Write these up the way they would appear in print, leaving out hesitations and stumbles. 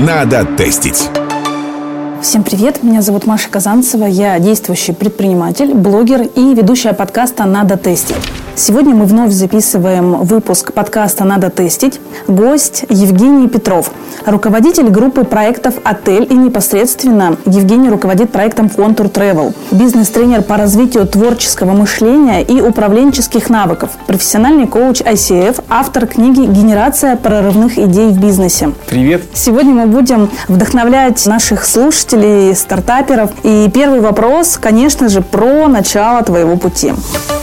Надо тестить. Всем привет, меня зовут Маша Казанцева, я действующий предприниматель, блогер и ведущая подкаста «Надо тестить». Сегодня мы вновь записываем выпуск подкаста «Надо тестить». Гость Евгений Петров, руководитель группы проектов «Отель», и непосредственно Евгений руководит проектом «Контур Travel», бизнес-тренер по развитию творческого мышления и управленческих навыков, профессиональный коуч ICF, автор книги «Генерация прорывных идей в бизнесе». Привет! Сегодня мы будем вдохновлять наших слушателей, стартаперов. И первый вопрос, конечно же, про начало твоего пути.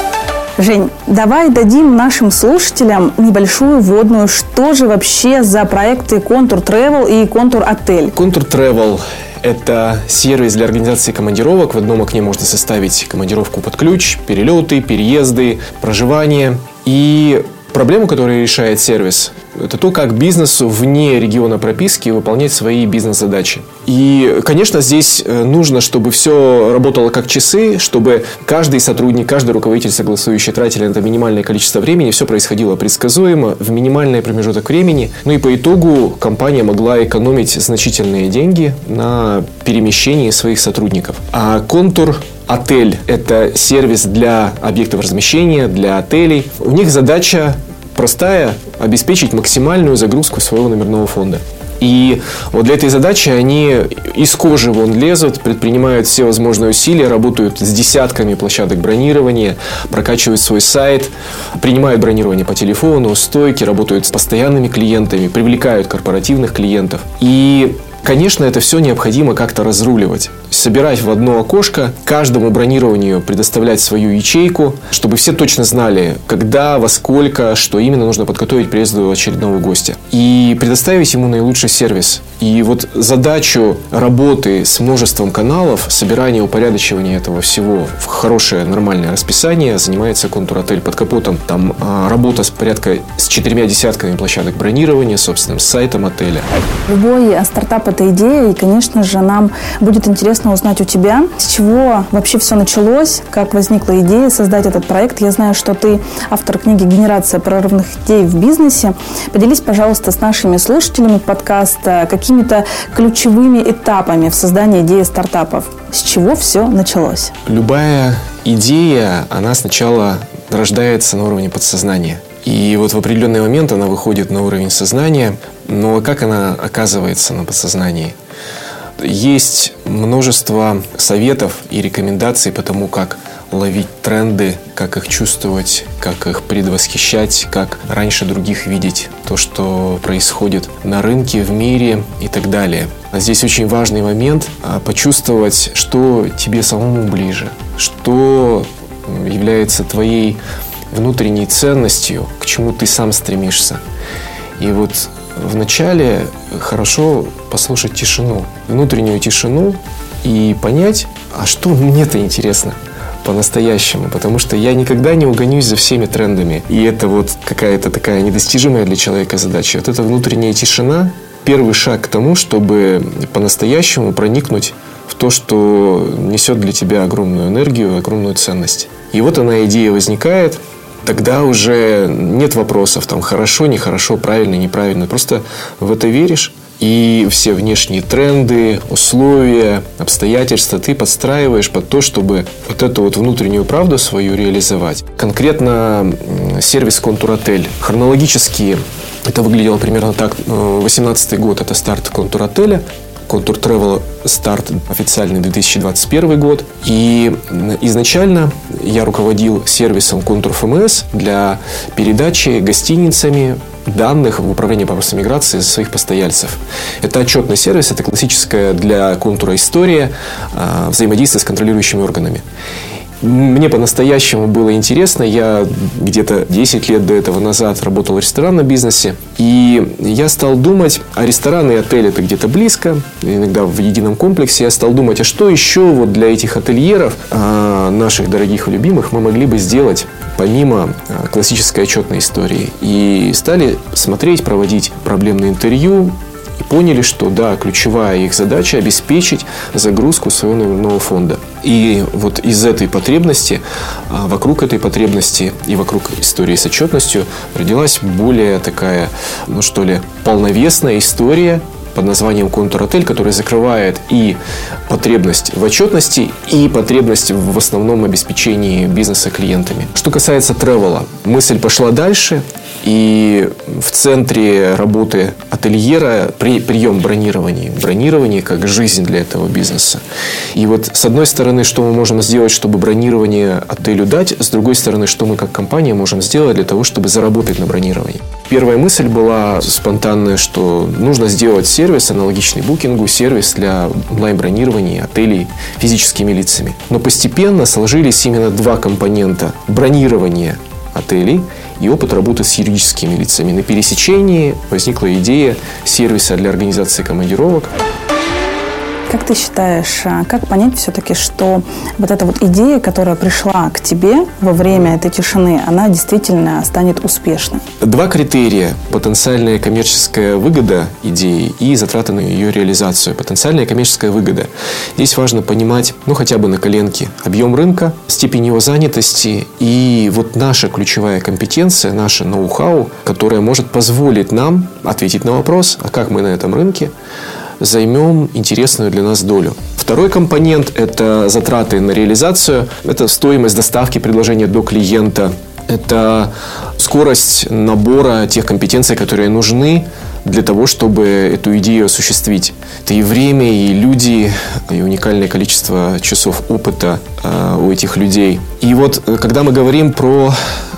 Жень, давай дадим нашим слушателям небольшую вводную. Что же вообще за проекты «Контур Travel» и «Контур Отель»? «Контур Travel» – это сервис для организации командировок. В одном окне можно составить командировку под ключ, перелеты, переезды, проживание. И проблему, которую решает сервис, это то, как бизнесу вне региона прописки выполнять свои бизнес-задачи. И, конечно, здесь нужно, чтобы все работало как часы, чтобы каждый сотрудник, каждый руководитель, согласующий, тратили на это минимальное количество времени, все происходило предсказуемо, в минимальный промежуток времени. Ну и по итогу компания могла экономить значительные деньги на перемещении своих сотрудников. А «Контур Отель» – это сервис для объектов размещения, для отелей. У них задача простая – обеспечить максимальную загрузку своего номерного фонда. И вот для этой задачи они из кожи вон лезут, предпринимают все возможные усилия, работают с десятками площадок бронирования, прокачивают свой сайт, принимают бронирование по телефону, стойки, работают с постоянными клиентами, привлекают корпоративных клиентов. И конечно, это все необходимо как-то разруливать. Собирать в одно окошко, каждому бронированию предоставлять свою ячейку, чтобы все точно знали, когда, во сколько, что именно нужно подготовить к приезду очередного гостя. И предоставить ему наилучший сервис. И вот задачу работы с множеством каналов, собирания, упорядочивания этого всего в хорошее, нормальное расписание занимается «Контур Отель». Под капотом там работа с 4 десятками площадок бронирования, собственным сайтом отеля. Любой стартап – это идея, и, конечно же, нам будет интересно узнать у тебя, с чего вообще все началось, как возникла идея создать этот проект. Я знаю, что ты автор книги «Генерация прорывных идей в бизнесе». Поделись, пожалуйста, с нашими слушателями подкаста какими-то ключевыми этапами в создании идеи стартапов. С чего все началось? Любая идея, она сначала рождается на уровне подсознания. И вот в определенный момент она выходит на уровень сознания. Но как она оказывается на подсознании? Есть множество советов и рекомендаций по тому, как ловить тренды, как их чувствовать, как их предвосхищать, как раньше других видеть то, что происходит на рынке, в мире и так далее. А здесь очень важный момент – почувствовать, что тебе самому ближе, что является твоей внутренней ценностью, к чему ты сам стремишься. И вот вначале хорошо послушать тишину, внутреннюю тишину, и понять, а что мне-то интересно по-настоящему, потому что я никогда не угонюсь за всеми трендами. И это вот какая-то такая недостижимая для человека задача. Вот эта внутренняя тишина – первый шаг к тому, чтобы по-настоящему проникнуть в то, что несет для тебя огромную энергию, огромную ценность. И вот она, идея возникает. Тогда уже нет вопросов, там, хорошо, нехорошо, правильно, неправильно. Просто в это веришь, и все внешние тренды, условия, обстоятельства ты подстраиваешь под то, чтобы вот эту вот внутреннюю правду свою реализовать. Конкретно сервис «Контур Отель». Хронологически это выглядело примерно так. 2018 год – это старт «Контур Отеля». «Контур Travel» старт официальный 2021 год. И изначально я руководил сервисом «Контур ФМС» для передачи гостиницами данных в управление по вопросам миграции за своих постояльцев. Это отчетный сервис, это классическая для «Контура» история взаимодействия с контролирующими органами. Мне по-настоящему было интересно. Я где-то 10 лет до этого назад работал в ресторанном бизнесе. И я стал думать, а рестораны и отели это где-то близко, иногда в едином комплексе. Я стал думать, а что еще вот для этих ательеров, наших дорогих и любимых, мы могли бы сделать помимо классической отчетной истории. И стали смотреть, проводить проблемные интервью. И поняли, что да, ключевая их задача – обеспечить загрузку своего номерного фонда. И вот из этой потребности, вокруг этой потребности и вокруг истории с отчетностью родилась более такая, полновесная история под названием «Контур-отель», который закрывает и потребность в отчетности, и потребность в основном обеспечении бизнеса клиентами. Что касается тревела, мысль пошла дальше, и в центре работы ательера прием бронирования. Бронирование как жизнь для этого бизнеса. И вот с одной стороны, что мы можем сделать, чтобы бронирование отелю дать, с другой стороны, что мы как компания можем сделать для того, чтобы заработать на бронировании. Первая мысль была спонтанная, что нужно сделать сервис, аналогичный букингу, сервис для онлайн-бронирования отелей физическими лицами. Но постепенно сложились именно два компонента: бронирование отелей и опыт работы с юридическими лицами. На пересечении возникла идея сервиса для организации командировок. Как ты считаешь, как понять все-таки, что вот эта вот идея, которая пришла к тебе во время этой тишины, она действительно станет успешной? Два критерия: потенциальная коммерческая выгода идеи и затраты на ее реализацию. Потенциальная коммерческая выгода. Здесь важно понимать, хотя бы на коленке, объем рынка, степень его занятости и вот наша ключевая компетенция, наше ноу-хау, которая может позволить нам ответить на вопрос, а как мы на этом рынке займем интересную для нас долю. Второй компонент – это затраты на реализацию. Это стоимость доставки предложения до клиента. Это скорость набора тех компетенций, которые нужны для того, чтобы эту идею осуществить. Это и время, и люди, и уникальное количество часов опыта у этих людей. И вот, когда мы говорим про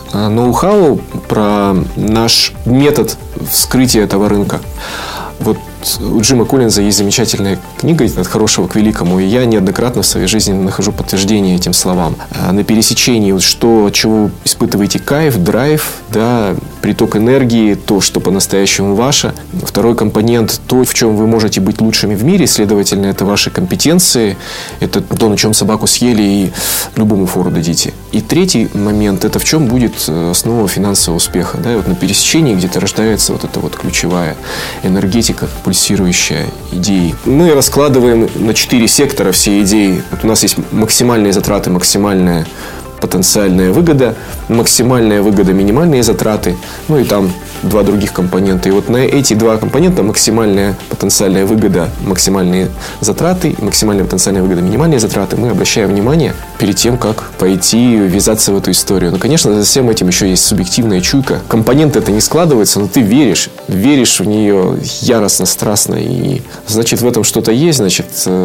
ноу-хау, про наш метод вскрытия этого рынка, вот у Джима Коллинза есть замечательная книга «От хорошего к великому», и я неоднократно в своей жизни нахожу подтверждение этим словам. На пересечении, от чего вы испытываете кайф, драйв, да, приток энергии, то, что по-настоящему ваше. Второй компонент – то, в чем вы можете быть лучшими в мире, следовательно, это ваши компетенции, это то, на чем собаку съели и любому фору дадите. И третий момент – это в чем будет основа финансового успеха. Да, и вот на пересечении где-то рождается вот эта вот ключевая энергетика, пульсирующая идеи. Мы раскладываем на 4 сектора все идеи. Вот у нас есть максимальные затраты, максимальная потенциальная выгода, максимальная выгода, минимальные затраты, и там 2 других компонента. И вот на эти 2 компонента: максимальная потенциальная выгода, максимальные затраты, максимальная потенциальная выгода, минимальные затраты, мы обращаем внимание перед тем, как пойти ввязаться в эту историю. Конечно, за всем этим еще есть субъективная чуйка. Компоненты это не складываются, но ты веришь в нее яростно, страстно, и значит в этом что-то есть, значит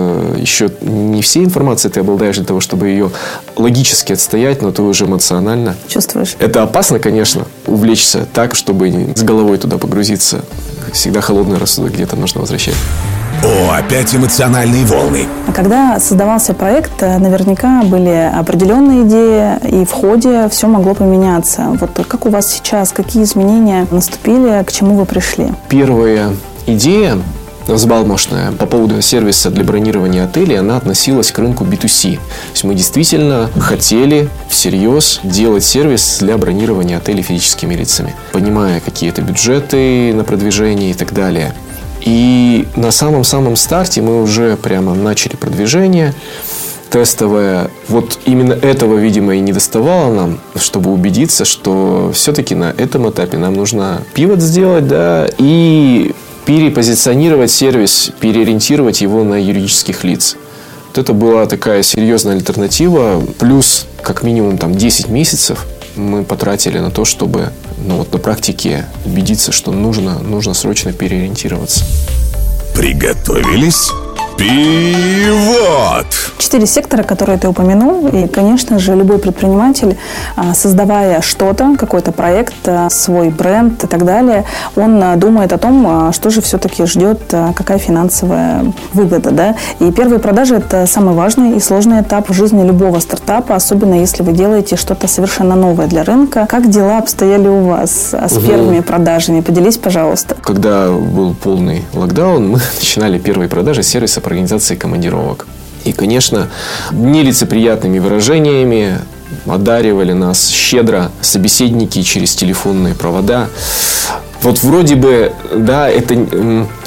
еще не всей информацией ты обладаешь для того, чтобы ее логически отстоять, но ты уже эмоционально чувствуешь. Это опасно, конечно, увлечься так, чтобы с головой туда погрузиться. Всегда холодный рассудок где-то нужно возвращать. Опять эмоциональные волны. А когда создавался проект, наверняка были определенные идеи, и в ходе все могло поменяться. Вот как у вас сейчас, какие изменения наступили, к чему вы пришли? Первая идея взбалмошная по поводу сервиса для бронирования отелей, она относилась к рынку B2C. То есть мы действительно хотели всерьез делать сервис для бронирования отелей физическими лицами, понимая какие-то бюджеты на продвижение и так далее. И на самом-самом старте мы уже прямо начали продвижение тестовое. Вот именно этого, видимо, и не доставало нам, чтобы убедиться, что все-таки на этом этапе нам нужно пивот сделать, да, и перепозиционировать сервис, переориентировать его на юридических лиц. Вот это была такая серьезная альтернатива. Плюс как минимум 10 месяцев мы потратили на то, чтобы на практике убедиться, что нужно срочно переориентироваться. Приготовились? Пивот! 4 сектора, которые ты упомянул. И, конечно же, любой предприниматель, создавая что-то, какой-то проект, свой бренд и так далее, он думает о том, что же все-таки ждет, какая финансовая выгода. Да? И первые продажи – это самый важный и сложный этап в жизни любого стартапа, особенно если вы делаете что-то совершенно новое для рынка. Как дела обстояли у вас с первыми продажами? Поделись, пожалуйста. Когда был полный локдаун, мы начинали первые продажи сервиса по организации командировок. И, конечно, нелицеприятными выражениями одаривали нас щедро собеседники через телефонные провода. Вот вроде бы, да, это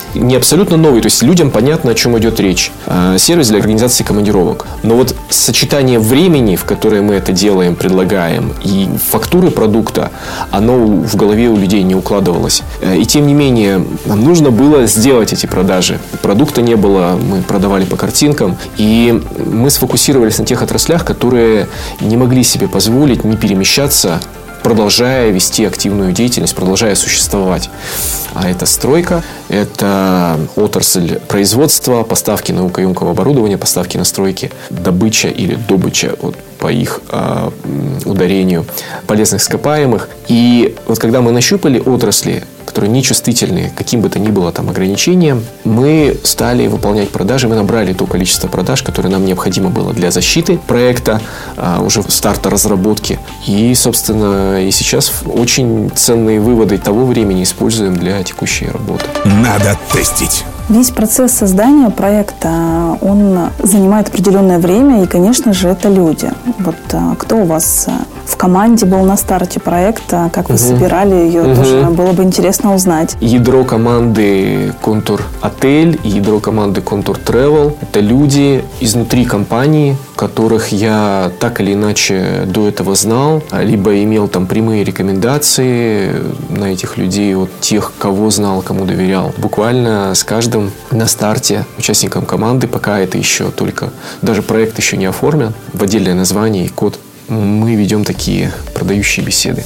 не абсолютно новый, то есть людям понятно, о чем идет речь. Сервис для организации командировок. Но вот сочетание времени, в которое мы это делаем, предлагаем, и фактуры продукта, оно в голове у людей не укладывалось. И тем не менее, нам нужно было сделать эти продажи. Продукта не было, мы продавали по картинкам, и мы сфокусировались на тех отраслях, которые не могли себе позволить не перемещаться, продолжая вести активную деятельность, продолжая существовать. А это стройка, это отрасль производства, поставки наукоемкого оборудования, поставки на стройки, добыча или добыча, вот по их ударению, полезных ископаемых. И вот когда мы нащупали отрасли, которые нечувствительны к каким бы то ни было там ограничениям, мы стали выполнять продажи, мы набрали то количество продаж, которое нам необходимо было для защиты проекта, уже старта разработки. И, собственно, и сейчас очень ценные выводы того времени используем для текущей работы. Надо тестить. Весь процесс создания проекта, он занимает определенное время, и, конечно же, это люди. Вот кто у вас в команде был на старте проекта, как вы собирали ее, тоже было бы интересно узнать. Ядро команды «Контур Отель» и ядро команды «Контур Travel» – это люди изнутри компании, которых я так или иначе до этого знал, либо имел там прямые рекомендации на этих людей от тех, кого знал, кому доверял. Буквально с каждым на старте участником команды, пока это еще только, даже проект еще не оформлен, в отдельное название и код, мы ведем такие продающие беседы.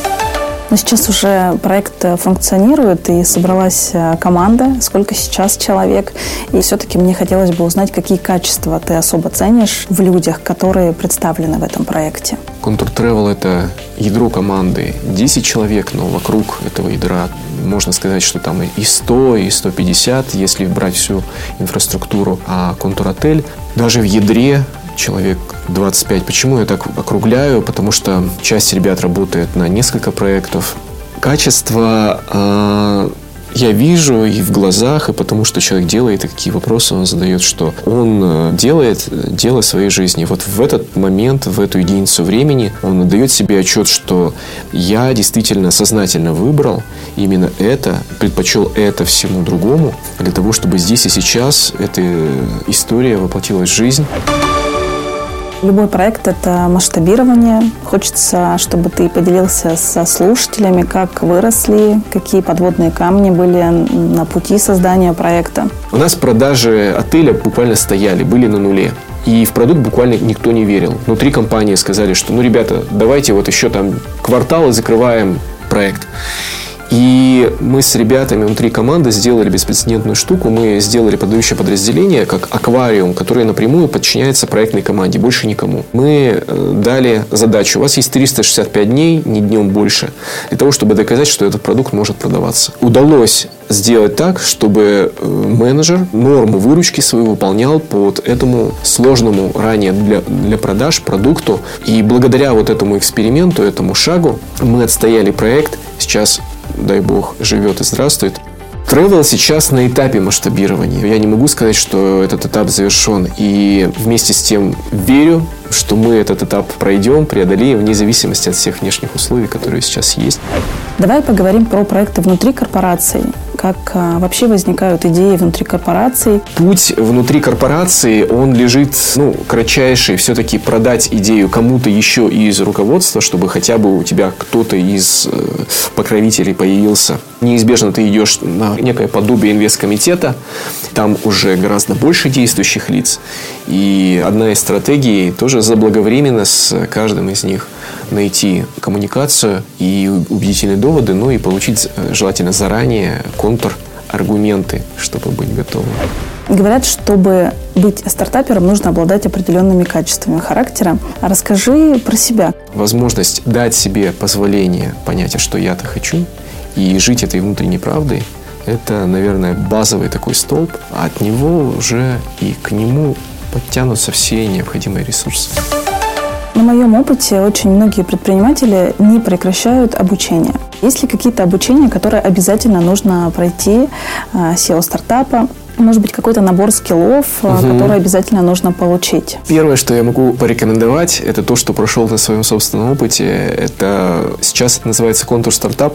Но сейчас уже проект функционирует, и собралась команда. Сколько сейчас человек? И все-таки мне хотелось бы узнать, какие качества ты особо ценишь в людях, которые представлены в этом проекте. Контур Travel – это ядро команды 10 человек, но вокруг этого ядра можно сказать, что там и 100, и 150, если брать всю инфраструктуру. А Контур Отель даже в ядре человек 25. Почему я так округляю? Потому что часть ребят работает на несколько проектов. Качество я вижу и в глазах, и потому что человек делает, и какие вопросы он задает, что он делает дело своей жизни. Вот в этот момент, в эту единицу времени он отдает себе отчет, что я действительно сознательно выбрал именно это, предпочел это всему другому, для того, чтобы здесь и сейчас эта история воплотилась в жизнь. Любой проект – это масштабирование. Хочется, чтобы ты поделился со слушателями, как выросли, какие подводные камни были на пути создания проекта. У нас продажи отеля буквально стояли, были на нуле. И в продукт буквально никто не верил. Внутри компании сказали, что ребята, давайте вот еще там квартал и закрываем проект. И мы с ребятами внутри команды сделали беспрецедентную штуку. Мы сделали продающее подразделение, как аквариум, которое напрямую подчиняется проектной команде, больше никому. Мы дали задачу. У вас есть 365 дней, ни днем больше, для того, чтобы доказать, что этот продукт может продаваться. Удалось сделать так, чтобы менеджер норму выручки свою выполнял под этому сложному ранее для продаж продукту. И благодаря вот этому эксперименту, этому шагу, мы отстояли проект. Сейчас, дай бог, живет и здравствует. Travel сейчас на этапе масштабирования. Я не могу сказать, что этот этап завершен. И вместе с тем верю, что мы этот этап пройдем, преодолеем, вне зависимости от всех внешних условий, которые сейчас есть. Давай поговорим про проекты внутри корпораций. Как вообще возникают идеи внутри корпораций? Путь внутри корпорации, он лежит, кратчайший. Все-таки продать идею кому-то еще из руководства, чтобы хотя бы у тебя кто-то из покровителей появился. Неизбежно ты идешь на некое подобие инвесткомитета. Там уже гораздо больше действующих лиц. И одна из стратегий тоже заблаговременно с каждым из них найти коммуникацию и убедительные доводы, и получить желательно заранее контраргументы, чтобы быть готовым. Говорят, чтобы быть стартапером, нужно обладать определенными качествами характера. Расскажи про себя. Возможность дать себе позволение понять, что я-то хочу, и жить этой внутренней правдой, это, наверное, базовый такой столб. А от него уже и к нему подтянутся все необходимые ресурсы. На моем опыте очень многие предприниматели не прекращают обучение. Есть ли какие-то обучения, которые обязательно нужно пройти SEO стартапа? может быть, какой-то набор скиллов, который обязательно нужно получить? Первое, что я могу порекомендовать, это то, что прошел на своем собственном опыте. Это сейчас это называется контур-стартап.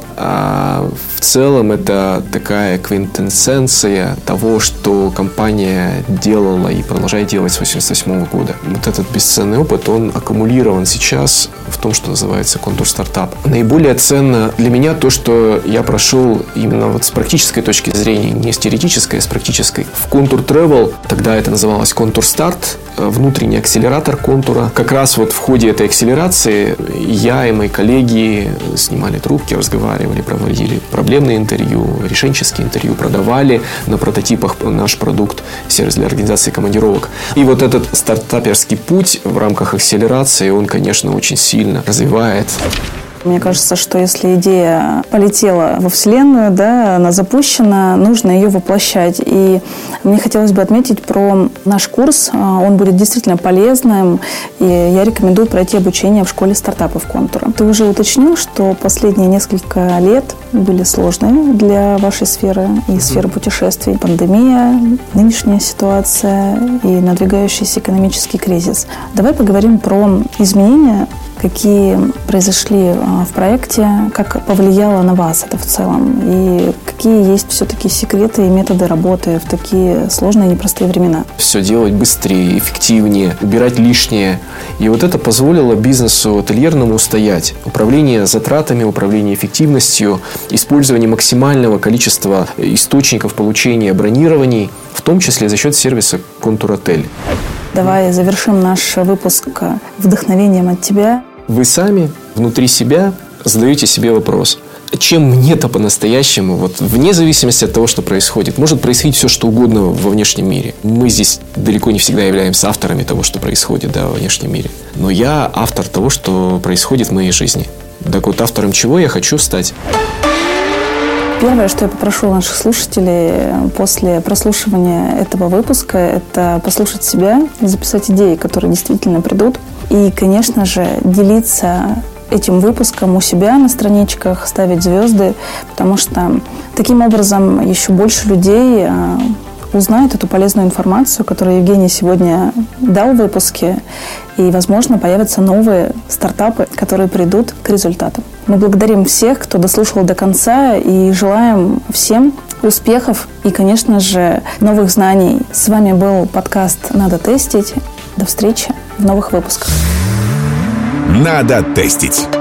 А в целом это такая квинтэссенция того, что компания делала и продолжает делать с 1988 года. Вот этот бесценный опыт, он аккумулирован сейчас в том, что называется контур-стартап. Наиболее ценно для меня то, что я прошел именно вот с практической точки зрения, не с теоретической, а с практической. В контур Travel, тогда это называлось контур старт, внутренний акселератор контура. Как раз вот в ходе этой акселерации я и мои коллеги снимали трубки, разговаривали, проводили проблемные интервью, решенческие интервью, продавали на прототипах наш продукт, сервис для организации командировок. И вот этот стартаперский путь в рамках акселерации, он, конечно, очень сильно развивает. Мне кажется, что если идея полетела во Вселенную, да, она запущена, нужно ее воплощать. И мне хотелось бы отметить про наш курс. Он будет действительно полезным, и я рекомендую пройти обучение в школе стартапов Контура. Ты уже уточнил, что последние несколько лет были сложные для вашей сферы и сферы путешествий. Пандемия, нынешняя ситуация и надвигающийся экономический кризис. Давай поговорим про изменения, какие произошли в проекте, как повлияло на вас это в целом, и какие есть все-таки секреты и методы работы в такие сложные и непростые времена. Все делать быстрее, эффективнее, убирать лишнее. И вот это позволило бизнесу ательерному устоять. Управление затратами, управление эффективностью, использование максимального количества источников получения бронирований, в том числе за счет сервиса Контур Отель. Давай завершим наш выпуск вдохновением от тебя. Вы сами внутри себя задаете себе вопрос: чем мне-то по-настоящему, вот вне зависимости от того, что происходит, может происходить все, что угодно во внешнем мире. Мы здесь далеко не всегда являемся авторами того, что происходит, да, во внешнем мире. Но я автор того, что происходит в моей жизни. Так вот, автором чего я хочу стать? Первое, что я попрошу наших слушателей после прослушивания этого выпуска, это послушать себя и записать идеи, которые действительно придут. И, конечно же, делиться этим выпуском у себя на страничках, ставить звезды, потому что таким образом еще больше людей узнают эту полезную информацию, которую Евгений сегодня дал в выпуске, и, возможно, появятся новые стартапы, которые придут к результатам. Мы благодарим всех, кто дослушал до конца, и желаем всем успехов и, конечно же, новых знаний. С вами был подкаст «Надо тестить». До встречи в новых выпусках. Надо тестить.